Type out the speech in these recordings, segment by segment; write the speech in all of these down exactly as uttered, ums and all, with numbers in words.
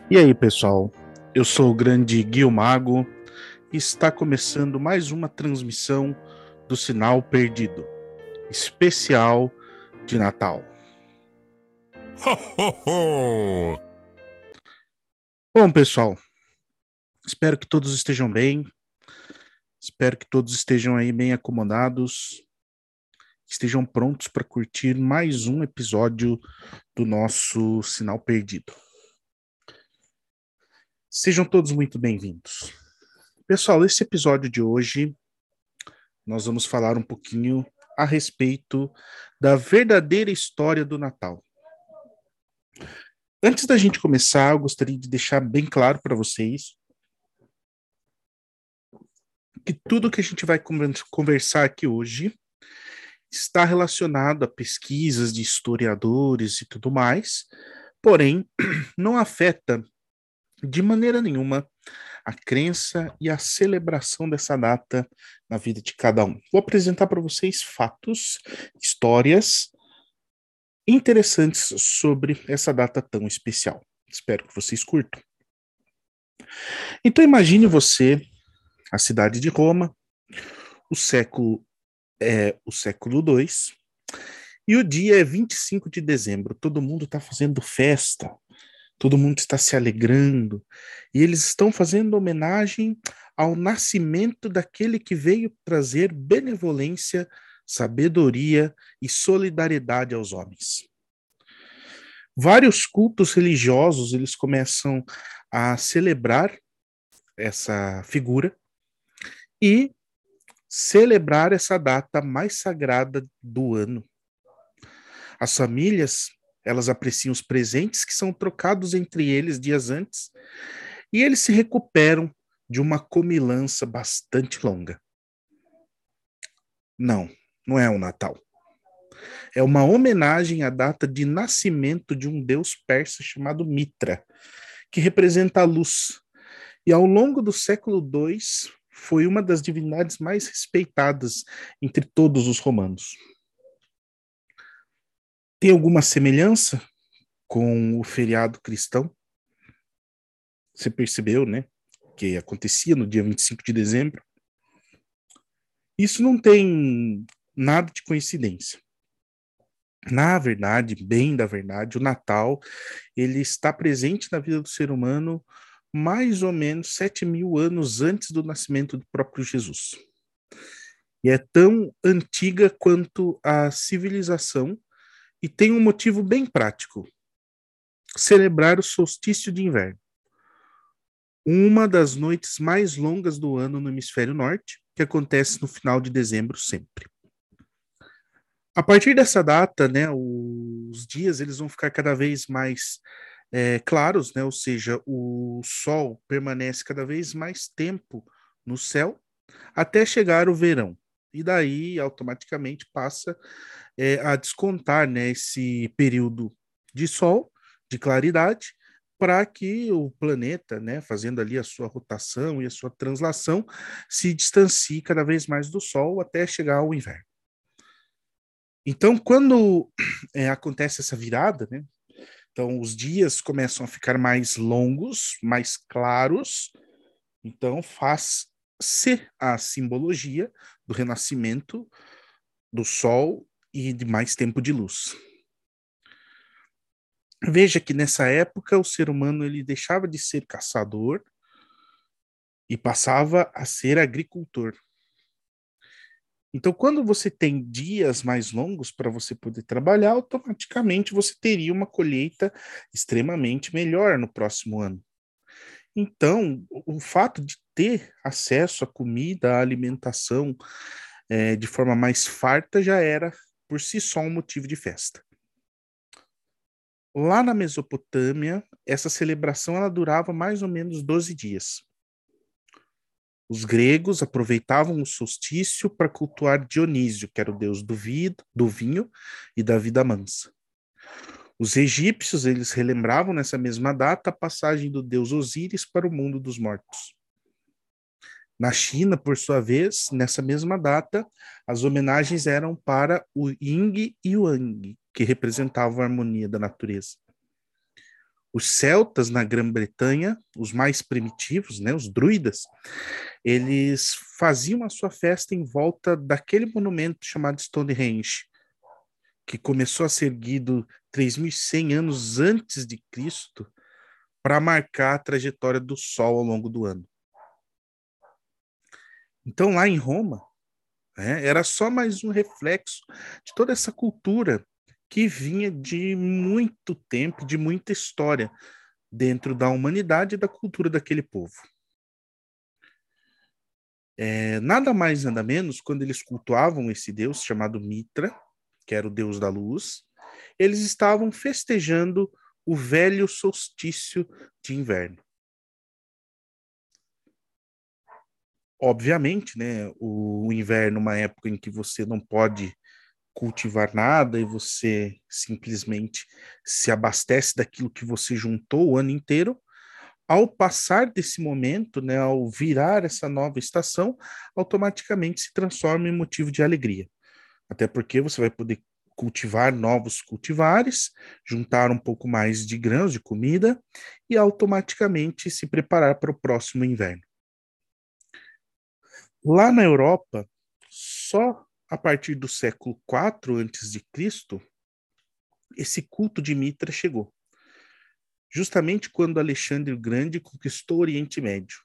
E aí, pessoal? Eu sou o grande Guio Mago e está começando mais uma transmissão do Sinal Perdido, especial de Natal. Ho, ho, ho! Bom, pessoal, espero que todos estejam bem, espero que todos estejam aí bem acomodados, estejam prontos para curtir mais um episódio do nosso Sinal Perdido. Sejam todos muito bem-vindos. Pessoal, esse episódio de hoje nós vamos falar um pouquinho a respeito da verdadeira história do Natal. Antes da gente começar, eu gostaria de deixar bem claro para vocês que tudo que a gente vai conversar aqui hoje está relacionado a pesquisas de historiadores e tudo mais, porém, não afeta de maneira nenhuma a crença e a celebração dessa data na vida de cada um. Vou apresentar para vocês fatos, histórias interessantes sobre essa data tão especial. Espero que vocês curtam. Então imagine você, a cidade de Roma, o século é o século dois, e o dia é vinte e cinco de dezembro. Todo mundo está fazendo festa, todo mundo está se alegrando, e eles estão fazendo homenagem ao nascimento daquele que veio trazer benevolência, sabedoria e solidariedade aos homens. Vários cultos religiosos eles começam a celebrar essa figura e celebrar essa data mais sagrada do ano. As famílias, elas apreciam os presentes que são trocados entre eles dias antes e eles se recuperam de uma comilança bastante longa. Não, não é o Natal. É uma homenagem à data de nascimento de um deus persa chamado Mitra, que representa a luz. E ao longo do século dois, foi uma das divindades mais respeitadas entre todos os romanos. Tem alguma semelhança com o feriado cristão? Você percebeu, né? Que acontecia no dia vinte e cinco de dezembro. Isso não tem nada de coincidência. Na verdade, bem da verdade, o Natal ele está presente na vida do ser humano mais ou menos sete mil anos antes do nascimento do próprio Jesus. E é tão antiga quanto a civilização e tem um motivo bem prático: celebrar o solstício de inverno, uma das noites mais longas do ano no hemisfério norte, que acontece no final de dezembro sempre. A partir dessa data, né, os dias eles vão ficar cada vez mais é, claros, né, ou seja, o sol permanece cada vez mais tempo no céu até chegar o verão. E daí, automaticamente, passa é, a descontar, né, esse período de sol, de claridade, para que o planeta, né, fazendo ali a sua rotação e a sua translação, se distancie cada vez mais do Sol até chegar ao inverno. Então, quando é, acontece essa virada, né, então os dias começam a ficar mais longos, mais claros, então faz-se a simbologia do renascimento do Sol e de mais tempo de luz. Veja que nessa época o ser humano ele deixava de ser caçador e passava a ser agricultor. Então, quando você tem dias mais longos para você poder trabalhar, automaticamente você teria uma colheita extremamente melhor no próximo ano. Então, o fato de ter acesso à comida, à alimentação é, de forma mais farta já era por si só um motivo de festa. Lá na Mesopotâmia, essa celebração ela durava mais ou menos doze dias. Os gregos aproveitavam o solstício para cultuar Dionísio, que era o deus do, vido, do vinho e da vida mansa. Os egípcios eles relembravam nessa mesma data a passagem do deus Osíris para o mundo dos mortos. Na China, por sua vez, nessa mesma data, as homenagens eram para o Yin e o Yang, que representavam a harmonia da natureza. Os celtas na Grã-Bretanha, os mais primitivos, né, os druidas, eles faziam a sua festa em volta daquele monumento chamado Stonehenge, que começou a ser erguido três mil e cem anos antes de Cristo, para marcar a trajetória do Sol ao longo do ano. Então, lá em Roma, né, era só mais um reflexo de toda essa cultura que vinha de muito tempo, de muita história dentro da humanidade e da cultura daquele povo. É, nada mais, nada menos, quando eles cultuavam esse deus chamado Mitra, que era o deus da luz, eles estavam festejando o velho solstício de inverno. Obviamente, né, o inverno é uma época em que você não pode cultivar nada e você simplesmente se abastece daquilo que você juntou o ano inteiro. Ao passar desse momento, né, ao virar essa nova estação, automaticamente se transforma em motivo de alegria. Até porque você vai poder cultivar novos cultivares, juntar um pouco mais de grãos, de comida, e automaticamente se preparar para o próximo inverno. Lá na Europa, só a partir do século quatro antes de Cristo, esse culto de Mitra chegou. Justamente quando Alexandre o Grande conquistou o Oriente Médio.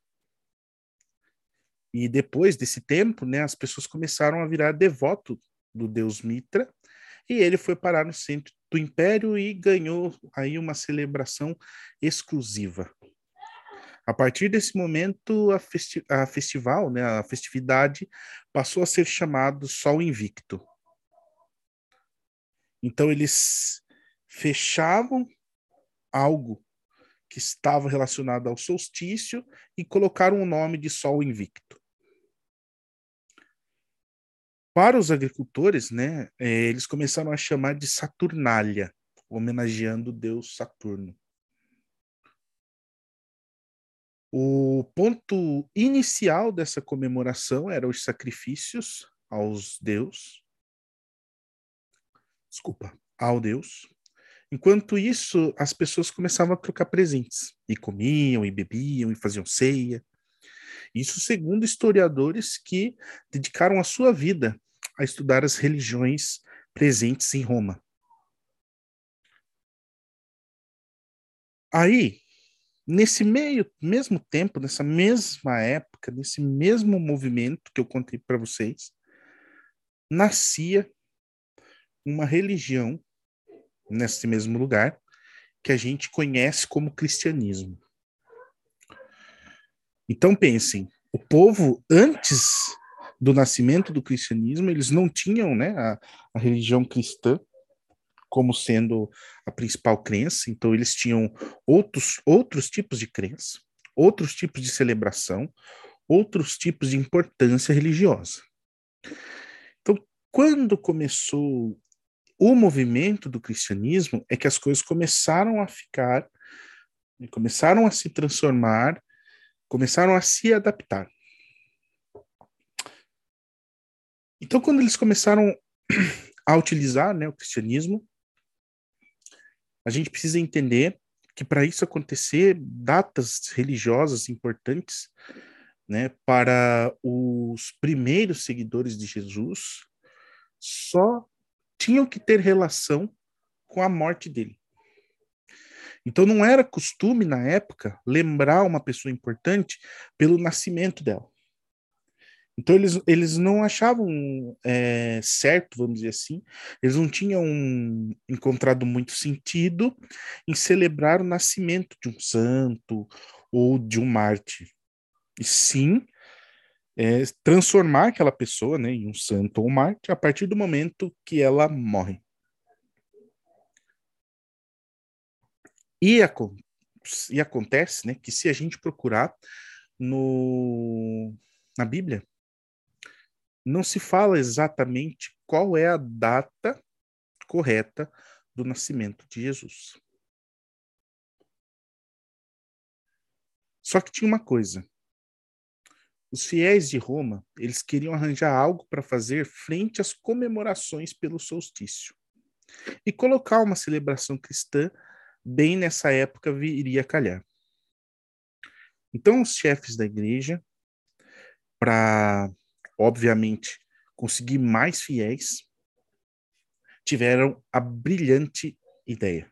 E depois desse tempo, né, as pessoas começaram a virar devoto do deus Mitra, e ele foi parar no centro do império e ganhou aí uma celebração exclusiva. A partir desse momento, a, festi a festival, né, a festividade, passou a ser chamado Sol Invicto. Então, eles fechavam algo que estava relacionado ao solstício e colocaram o nome de Sol Invicto. Para os agricultores, né, eles começaram a chamar de Saturnália, homenageando o deus Saturno. O ponto inicial dessa comemoração eram os sacrifícios aos deuses, desculpa, ao deus. Enquanto isso, as pessoas começavam a trocar presentes, e comiam, e bebiam, e faziam ceia. Isso segundo historiadores que dedicaram a sua vida a estudar as religiões presentes em Roma. Aí, nesse meio, mesmo tempo, nessa mesma época, nesse mesmo movimento que eu contei para vocês, nascia uma religião nesse mesmo lugar que a gente conhece como cristianismo. Então pensem, o povo antes do nascimento do cristianismo, eles não tinham, né, a, a religião cristã como sendo a principal crença, então eles tinham outros, outros tipos de crença, outros tipos de celebração, outros tipos de importância religiosa. Então, quando começou o movimento do cristianismo, é que as coisas começaram a ficar, começaram a se transformar, começaram a se adaptar. Então, quando eles começaram a utilizar, né, o cristianismo, a gente precisa entender que para isso acontecer, datas religiosas importantes, né, para os primeiros seguidores de Jesus, só tinham que ter relação com a morte dele. Então não era costume na época lembrar uma pessoa importante pelo nascimento dela. Então eles, eles não achavam é, certo, vamos dizer assim, eles não tinham encontrado muito sentido em celebrar o nascimento de um santo ou de um mártir. E sim, é, transformar aquela pessoa, né, em um santo ou um mártir a partir do momento que ela morre. E, e acontece, né, que se a gente procurar no, na Bíblia, não se fala exatamente qual é a data correta do nascimento de Jesus. Só que tinha uma coisa. Os fiéis de Roma, eles queriam arranjar algo para fazer frente às comemorações pelo solstício e colocar uma celebração cristã bem nessa época viria a calhar. Então, os chefes da igreja, para, obviamente, conseguir mais fiéis, tiveram a brilhante ideia.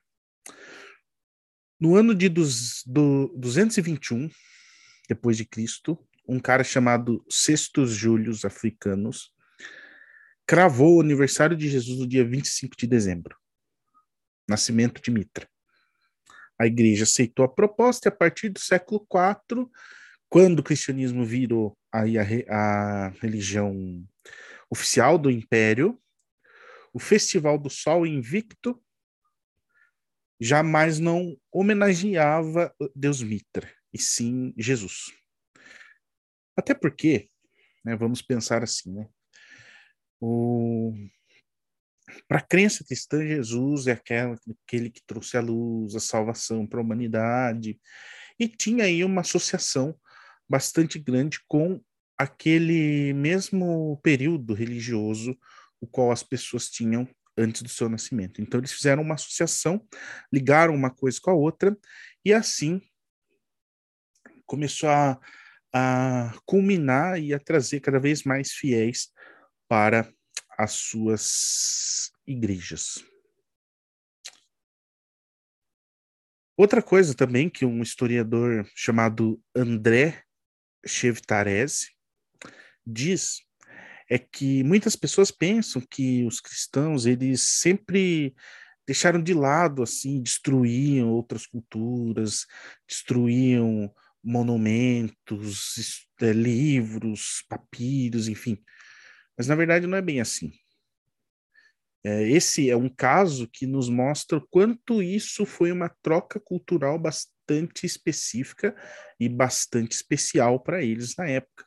No ano de dos, do, duzentos e vinte e um, depois de Cristo, um cara chamado Sextus Július Africanus cravou o aniversário de Jesus no dia vinte e cinco de dezembro, nascimento de Mitra. A igreja aceitou a proposta e a partir do século quatro, quando o cristianismo virou aí a, a religião oficial do império, o Festival do Sol Invicto jamais não homenageava Deus Mitra, e sim Jesus. Até porque, né, vamos pensar assim, né? O... Para a crença cristã, Jesus é aquela, aquele que trouxe a luz, a salvação para a humanidade, e tinha aí uma associação bastante grande com aquele mesmo período religioso o qual as pessoas tinham antes do seu nascimento. Então eles fizeram uma associação, ligaram uma coisa com a outra, e assim começou a, a culminar e a trazer cada vez mais fiéis para as suas igrejas. Outra coisa também que um historiador chamado André Chevtarese diz é que muitas pessoas pensam que os cristãos eles sempre deixaram de lado, assim, destruíam outras culturas, destruíam monumentos, é, livros, papiros, enfim. Mas na verdade não é bem assim. É, esse é um caso que nos mostra o quanto isso foi uma troca cultural bastante específica e bastante especial para eles na época.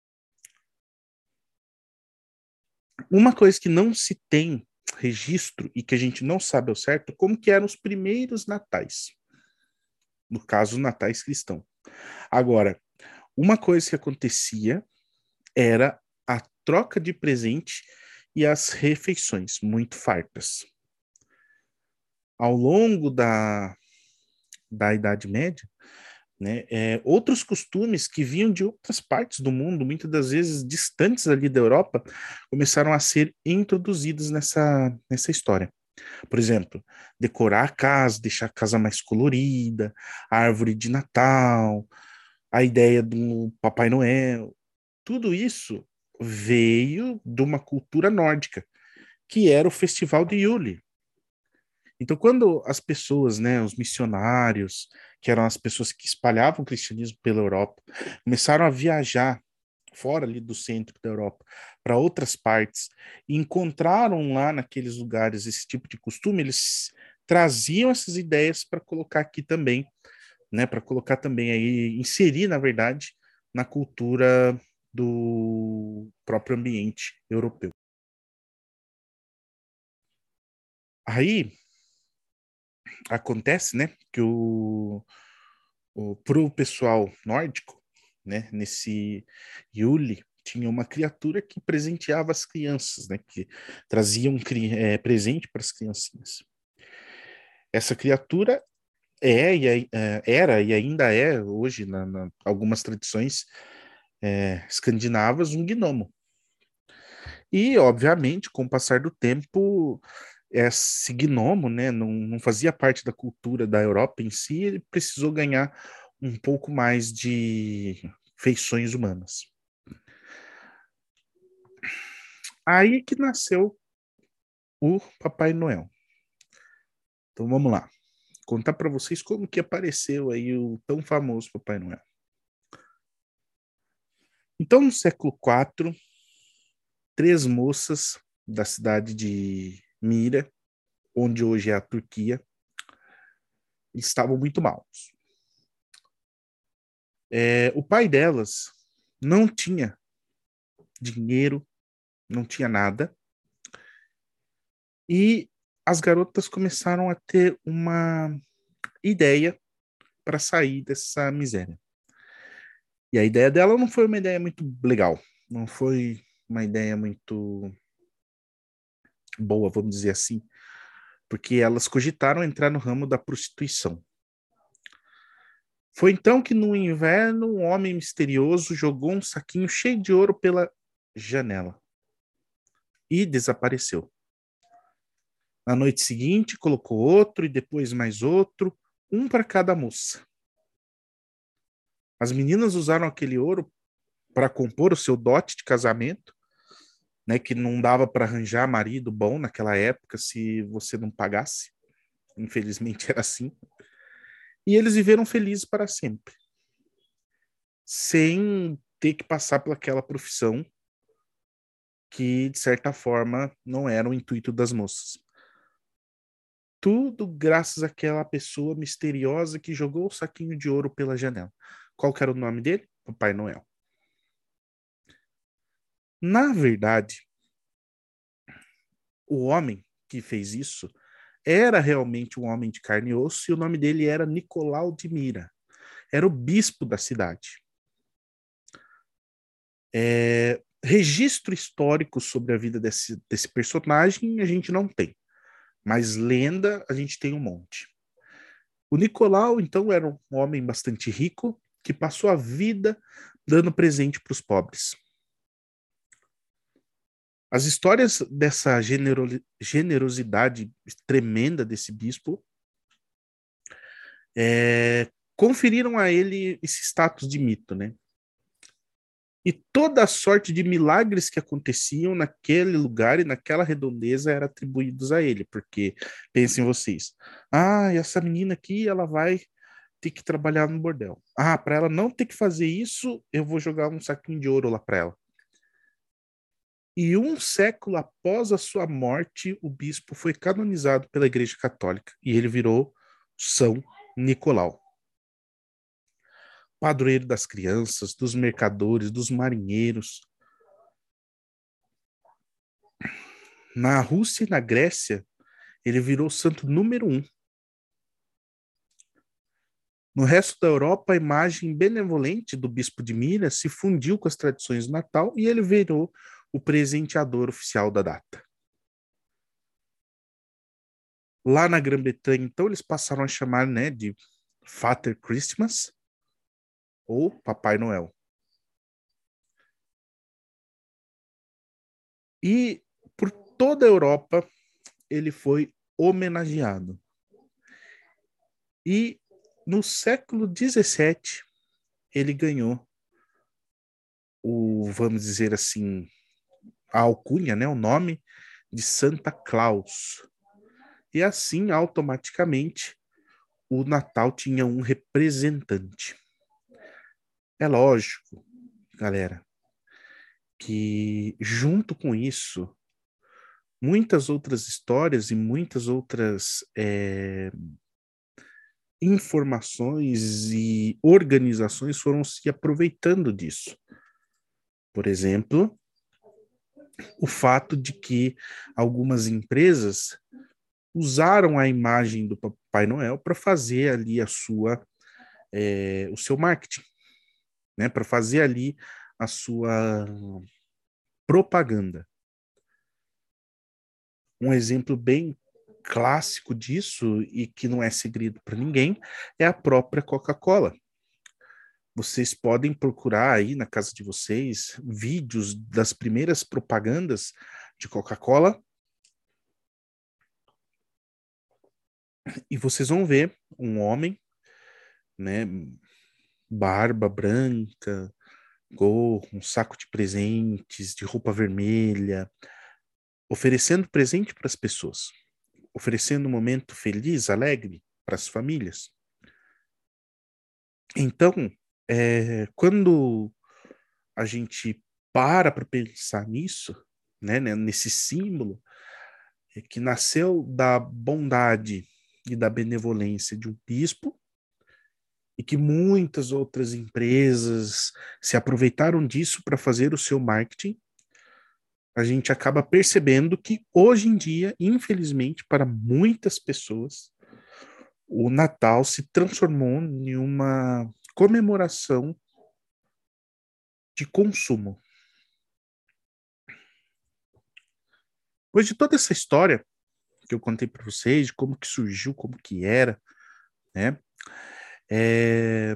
Uma coisa que não se tem registro e que a gente não sabe ao certo, como que eram os primeiros natais. No caso, natais cristãos. Agora, uma coisa que acontecia era a troca de presente e as refeições, muito fartas. Ao longo da, da Idade Média, né, é, outros costumes que vinham de outras partes do mundo, muitas das vezes distantes ali da Europa, começaram a ser introduzidos nessa, nessa história. Por exemplo, decorar a casa, deixar a casa mais colorida, a árvore de Natal, a ideia do Papai Noel, tudo isso veio de uma cultura nórdica, que era o Festival de Yule. Então, quando as pessoas, né, os missionários, que eram as pessoas que espalhavam o cristianismo pela Europa, começaram a viajar fora ali do centro da Europa para outras partes e encontraram lá naqueles lugares esse tipo de costume, eles traziam essas ideias para colocar aqui também, né, para colocar também aí, inserir, na verdade, na cultura do próprio ambiente europeu. Aí acontece, né, que o, o pro pessoal nórdico, né, nesse Yule, tinha uma criatura que presenteava as crianças, né, que trazia um é, presente para as criancinhas. Essa criatura é, e é, era e ainda é hoje, na, na algumas tradições é, escandinavas, um gnomo. E, obviamente, com o passar do tempo, esse gnomo, né, não, não fazia parte da cultura da Europa em si, ele precisou ganhar um pouco mais de feições humanas. Aí que nasceu o Papai Noel. Então vamos lá, contar para vocês como que apareceu aí o tão famoso Papai Noel. Então, no século quatro, três moças da cidade de Mira, onde hoje é a Turquia, estavam muito mal. É, o pai delas não tinha dinheiro, não tinha nada, e as garotas começaram a ter uma ideia para sair dessa miséria. E a ideia dela não foi uma ideia muito legal, não foi uma ideia muito boa, vamos dizer assim, porque elas cogitaram entrar no ramo da prostituição. Foi então que no inverno um homem misterioso jogou um saquinho cheio de ouro pela janela e desapareceu. Na noite seguinte, colocou outro e depois mais outro, um para cada moça. As meninas usaram aquele ouro para compor o seu dote de casamento, né, que não dava para arranjar marido bom naquela época se você não pagasse. Infelizmente era assim. E eles viveram felizes para sempre, sem ter que passar pelaquela profissão que, de certa forma, não era o intuito das moças. Tudo graças àquela pessoa misteriosa que jogou o saquinho de ouro pela janela. Qual que era o nome dele? Papai Noel. Na verdade, o homem que fez isso era realmente um homem de carne e osso e o nome dele era Nicolau de Mira. Era o bispo da cidade. É, registro histórico sobre a vida desse, desse personagem a gente não tem, mas lenda a gente tem um monte. O Nicolau, então, era um homem bastante rico que passou a vida dando presente para os pobres. As histórias dessa genero generosidade tremenda desse bispo é, conferiram a ele esse status de mito, né? E toda a sorte de milagres que aconteciam naquele lugar e naquela redondeza eram atribuídos a ele, porque pensem vocês, ah, essa menina aqui, ela vai ter que trabalhar no bordel. Ah, para ela não ter que fazer isso, eu vou jogar um saquinho de ouro lá para ela. E um século após a sua morte, o bispo foi canonizado pela Igreja Católica e ele virou São Nicolau. Padroeiro das crianças, dos mercadores, dos marinheiros. Na Rússia e na Grécia, ele virou o santo número um. No resto da Europa, a imagem benevolente do bispo de Mira se fundiu com as tradições do Natal e ele virou o presenteador oficial da data. Lá na Grã-Bretanha, então, eles passaram a chamar, né, de Father Christmas ou Papai Noel. E por toda a Europa, ele foi homenageado. E no século dezessete, ele ganhou o, vamos dizer assim, a alcunha, né, o nome de Santa Claus. E assim, automaticamente, o Natal tinha um representante. É lógico, galera, que junto com isso, muitas outras histórias e muitas outras é, informações e organizações foram se aproveitando disso. Por exemplo, o fato de que algumas empresas usaram a imagem do Papai Noel para fazer ali a sua, é, o seu marketing, né? Para fazer ali a sua propaganda. Um exemplo bem clássico disso e que não é segredo para ninguém é a própria Coca-Cola. Vocês podem procurar aí na casa de vocês vídeos das primeiras propagandas de Coca-Cola e vocês vão ver um homem, né, barba branca, gorro, um saco de presentes, de roupa vermelha, oferecendo presente para as pessoas, oferecendo um momento feliz, alegre para as famílias. Então, é, quando a gente para para pensar nisso, né, nesse símbolo é que nasceu da bondade e da benevolência de um bispo e que muitas outras empresas se aproveitaram disso para fazer o seu marketing, a gente acaba percebendo que hoje em dia, infelizmente, para muitas pessoas, o Natal se transformou em uma comemoração de consumo. Depois de toda essa história que eu contei para vocês, de como que surgiu, como que era, né? É...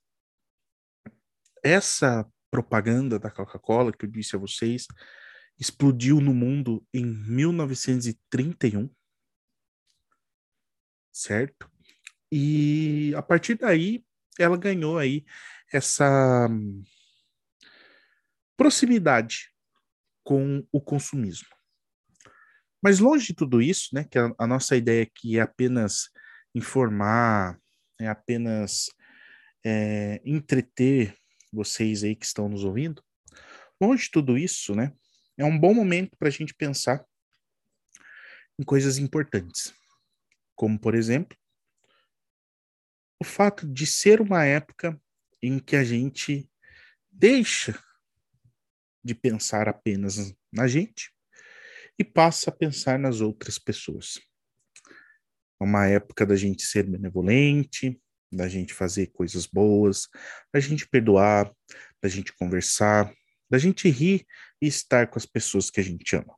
Essa propaganda da Coca-Cola que eu disse a vocês explodiu no mundo em mil novecentos e trinta e um, certo? E a partir daí ela ganhou aí essa proximidade com o consumismo. Mas longe de tudo isso, né, que a, a nossa ideia aqui é apenas informar, é apenas é, entreter vocês aí que estão nos ouvindo, longe de tudo isso, né, é um bom momento para a gente pensar em coisas importantes, como, por exemplo, o fato de ser uma época em que a gente deixa de pensar apenas na gente e passa a pensar nas outras pessoas. É uma época da gente ser benevolente, da gente fazer coisas boas, da gente perdoar, da gente conversar, da gente rir e estar com as pessoas que a gente ama.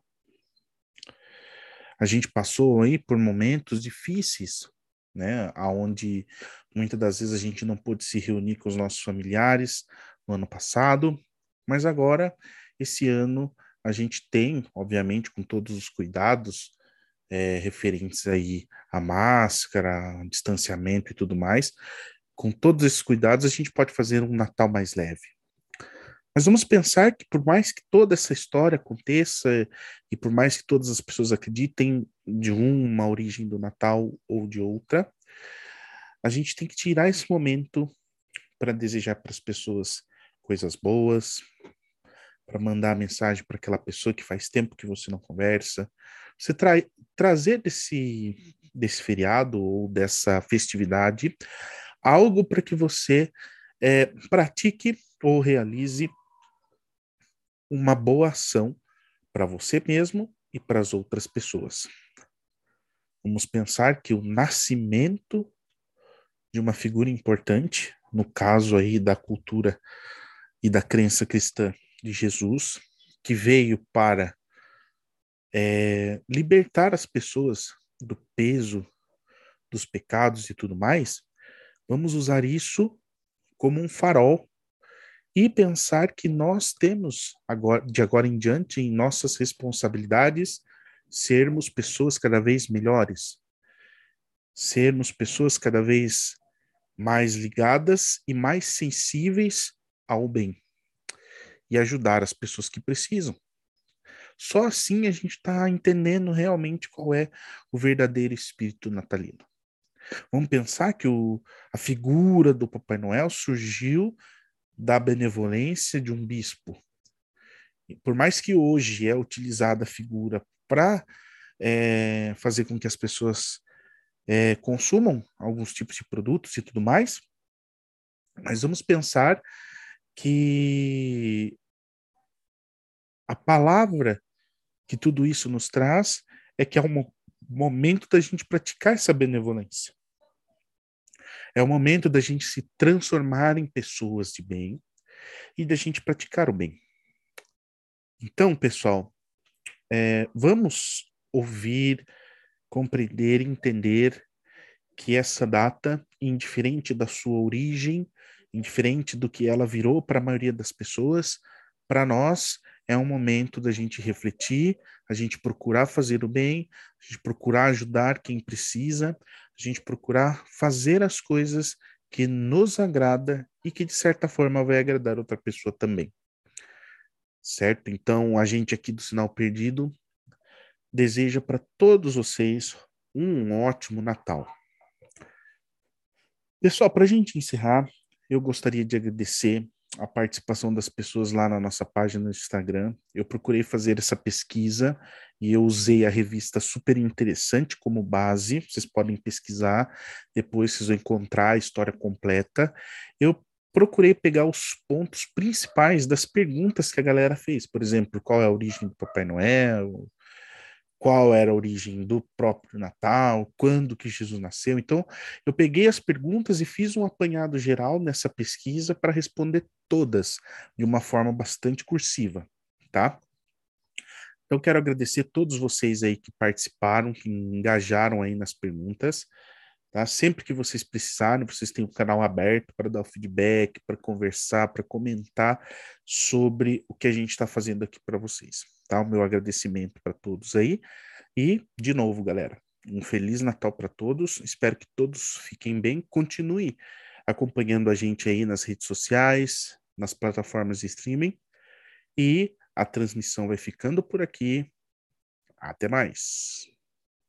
A gente passou aí por momentos difíceis, né, onde muitas das vezes a gente não pôde se reunir com os nossos familiares no ano passado, mas agora, esse ano, a gente tem, obviamente, com todos os cuidados é, referentes aí à máscara, distanciamento e tudo mais, com todos esses cuidados, a gente pode fazer um Natal mais leve. Mas vamos pensar que por mais que toda essa história aconteça e por mais que todas as pessoas acreditem de uma origem do Natal ou de outra, a gente tem que tirar esse momento para desejar para as pessoas coisas boas, para mandar mensagem para aquela pessoa que faz tempo que você não conversa. Você tra trazer desse, desse feriado ou dessa festividade algo para que você é, pratique ou realize uma boa ação para você mesmo e para as outras pessoas. Vamos pensar que o nascimento de uma figura importante, no caso aí da cultura e da crença cristã de Jesus, que veio para é, libertar as pessoas do peso dos pecados e tudo mais, vamos usar isso como um farol e pensar que nós temos, agora, de agora em diante, em nossas responsabilidades, sermos pessoas cada vez melhores, sermos pessoas cada vez mais ligadas e mais sensíveis ao bem e ajudar as pessoas que precisam. Só assim a gente está entendendo realmente qual é o verdadeiro espírito natalino. Vamos pensar que o, a figura do Papai Noel surgiu da benevolência de um bispo. E por mais que hoje é utilizada a figura para é, fazer com que as pessoas é, consumam alguns tipos de produtos e tudo mais, mas vamos pensar que a palavra que tudo isso nos traz é que é um momento da gente praticar essa benevolência. É o momento da gente se transformar em pessoas de bem e da gente praticar o bem. Então, pessoal, é, vamos ouvir, compreender, entender que essa data, indiferente da sua origem, indiferente do que ela virou para a maioria das pessoas, para nós é um momento da gente refletir, a gente procurar fazer o bem, a gente procurar ajudar quem precisa, a gente procurar fazer as coisas que nos agrada e que de certa forma vai agradar outra pessoa também. Certo? Então, a gente aqui do Sinal Perdido deseja para todos vocês um ótimo Natal. Pessoal, para a gente encerrar, eu gostaria de agradecer a participação das pessoas lá na nossa página no Instagram. Eu procurei fazer essa pesquisa e eu usei a revista Super Interessante como base. Vocês podem pesquisar, depois vocês vão encontrar a história completa. Eu procurei pegar os pontos principais das perguntas que a galera fez. Por exemplo, qual é a origem do Papai Noel? Qual era a origem do próprio Natal, quando que Jesus nasceu. Então, eu peguei as perguntas e fiz um apanhado geral nessa pesquisa para responder todas de uma forma bastante cursiva, tá? Então, quero agradecer a todos vocês aí que participaram, que engajaram aí nas perguntas, tá? Sempre que vocês precisarem, vocês têm o canal aberto para dar o feedback, para conversar, para comentar sobre o que a gente está fazendo aqui para vocês, tá? O meu agradecimento para todos aí. E, de novo, galera, um Feliz Natal para todos. Espero que todos fiquem bem. Continue acompanhando a gente aí nas redes sociais, nas plataformas de streaming. E a transmissão vai ficando por aqui. Até mais.